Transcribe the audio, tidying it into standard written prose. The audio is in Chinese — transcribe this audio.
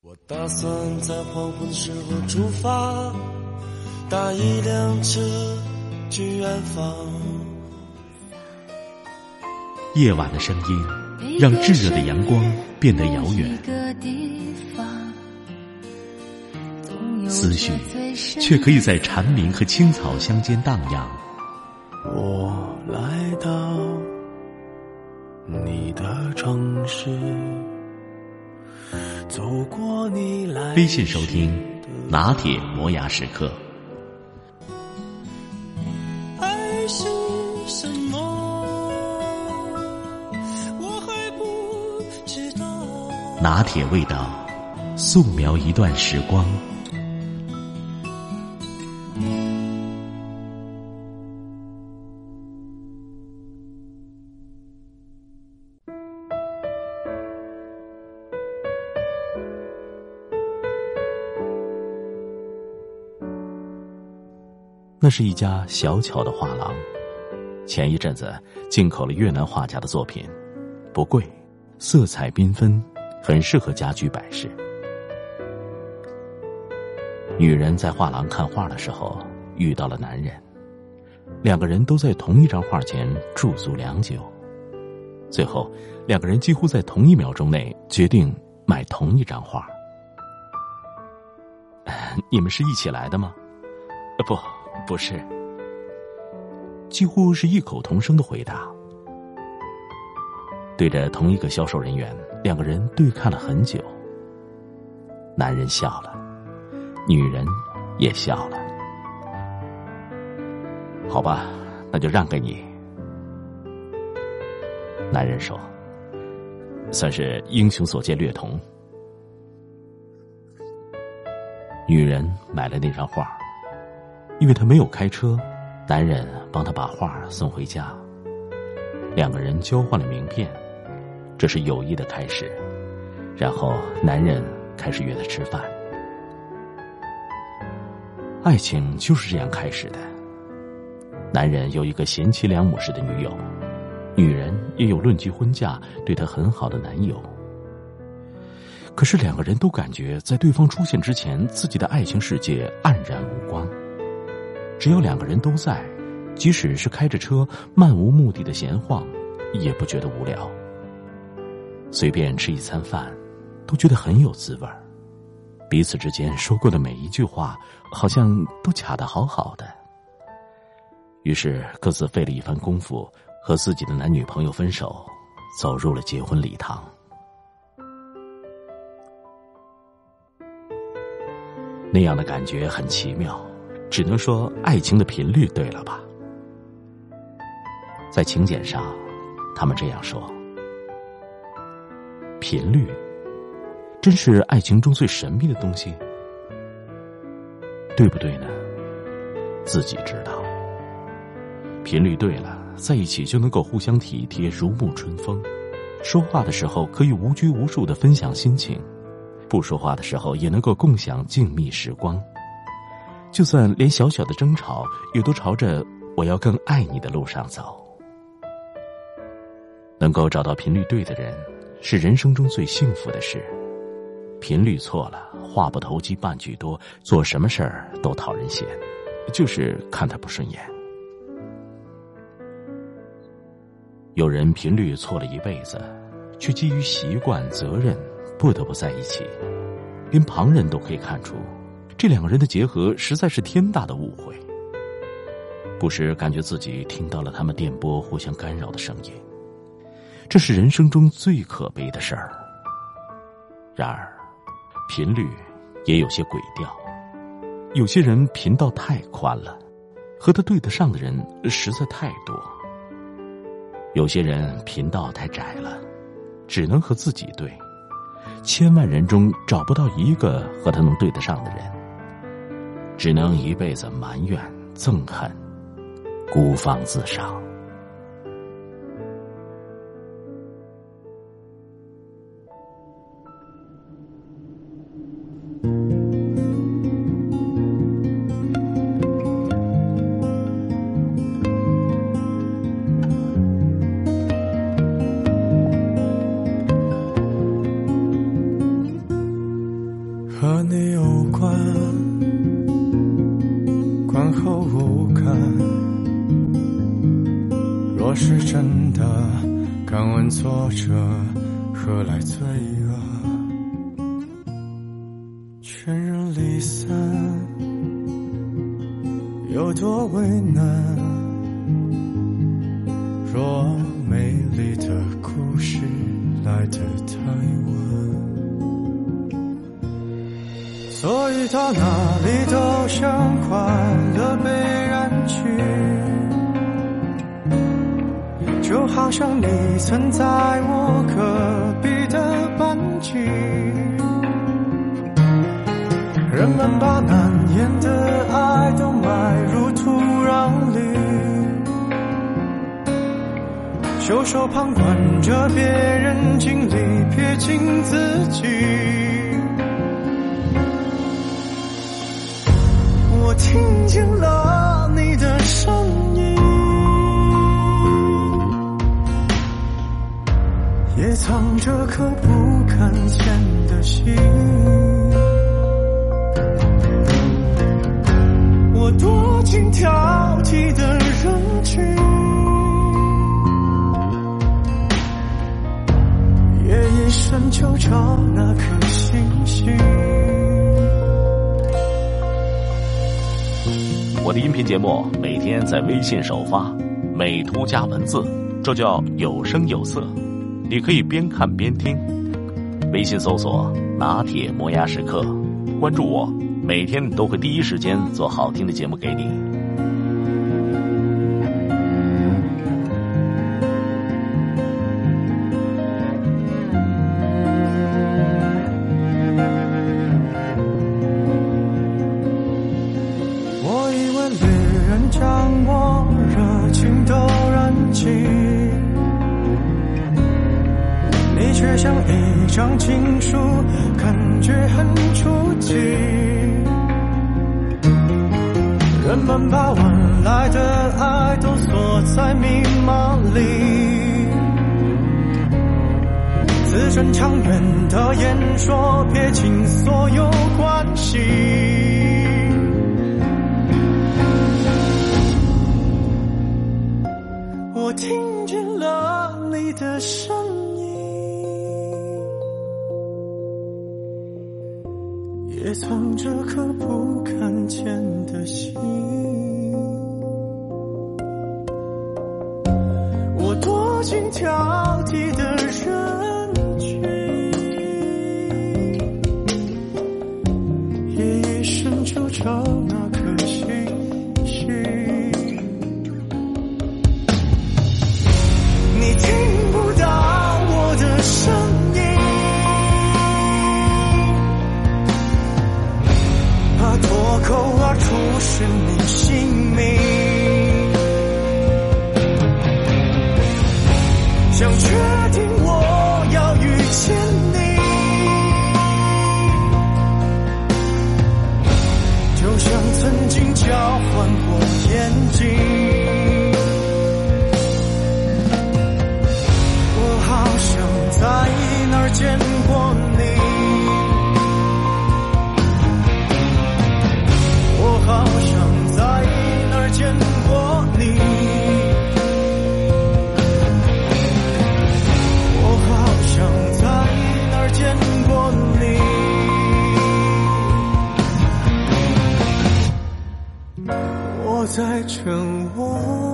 我打算在黄昏时候出发，搭一辆车去远方。 夜晚的声音让炙热的阳光变得遥远，思绪却可以在蝉鸣和青草乡间荡漾。 我来到你的城市，走过你来。 微信收听拿铁磨牙时刻。 爱是什么？我还不知道。 拿铁味道，素描一段时光。那是一家小巧的画廊，前一阵子进口了越南画家的作品，不贵，色彩缤纷，很适合家居摆饰。女人在画廊看画的时候遇到了男人，两个人都在同一张画前驻足良久，最后两个人几乎在同一秒钟内决定买同一张画。你们是一起来的吗？不是，几乎是异口同声的回答。对着同一个销售人员，两个人对看了很久。男人笑了，女人也笑了。好吧，那就让给你。男人说，算是英雄所见略同。女人买了那张画，因为他没有开车，男人帮他把画送回家，两个人交换了名片，这是友谊的开始。然后男人开始约他吃饭。爱情就是这样开始的。男人有一个贤妻良母式的女友，女人也有论及婚嫁对他很好的男友。可是两个人都感觉在对方出现之前，自己的爱情世界黯然无光。只要两个人都在，即使是开着车漫无目的的闲晃，也不觉得无聊。随便吃一餐饭，都觉得很有滋味儿。彼此之间说过的每一句话，好像都卡得好好的。于是各自费了一番功夫，和自己的男女朋友分手，走入了结婚礼堂。那样的感觉很奇妙，只能说爱情的频率对了吧。在请柬上，他们这样说：频率真是爱情中最神秘的东西，对不对呢？自己知道。频率对了，在一起就能够互相体贴，如沐春风。说话的时候可以无拘无束地分享心情，不说话的时候也能够共享静谧时光。就算连小小的争吵也都朝着我要更爱你的路上走。能够找到频率对的人，是人生中最幸福的事。频率错了，话不投机半句多，做什么事儿都讨人嫌，就是看他不顺眼。有人频率错了一辈子，却基于习惯责任不得不在一起，连旁人都可以看出这两个人的结合实在是天大的误会。不时感觉自己听到了他们电波互相干扰的声音，这是人生中最可悲的事儿。然而频率也有些轨调，有些人频道太宽了，和他对得上的人实在太多；有些人频道太窄了，只能和自己对，千万人中找不到一个和他能对得上的人，只能一辈子埋怨憎恨，孤芳自赏。 和你有关，观后无感。若是真的，敢问作者何来罪恶？全人离散，有多为难？若美丽的故事来得太晚，所以到哪里都像快乐被染去，就好像你曾在我隔壁的班级。人们把难言的爱都埋入土壤里，袖手旁观着别人经历，撇清自己。我听见了你的声音，也藏着颗不敢见的心。我躲进挑剔的人群，夜一深就找那颗星星。 我的音频节目每天在微信首发，美图加文字，这叫有声有色。你可以边看边听。微信搜索拿铁磨牙时刻，关注我，每天都会第一时间做好听的节目给你。 我以为恋人将我热情都燃尽，你却像一张情书，感觉很出奇。人们把晚来的爱都锁在密码里，字正腔圆的演说，撇清所有关系。我听见了你的声音，也藏着颗不敢见的心。我躲进挑剔的人群，夜一深就找那颗星星。你听不到我的声音，怕脱口而出是你姓名，想确定我要遇见你，就像曾经交换过眼睛。我好像在哪儿见过你，我好像在哪儿见过你，我好像在哪儿见过你，我在沉默。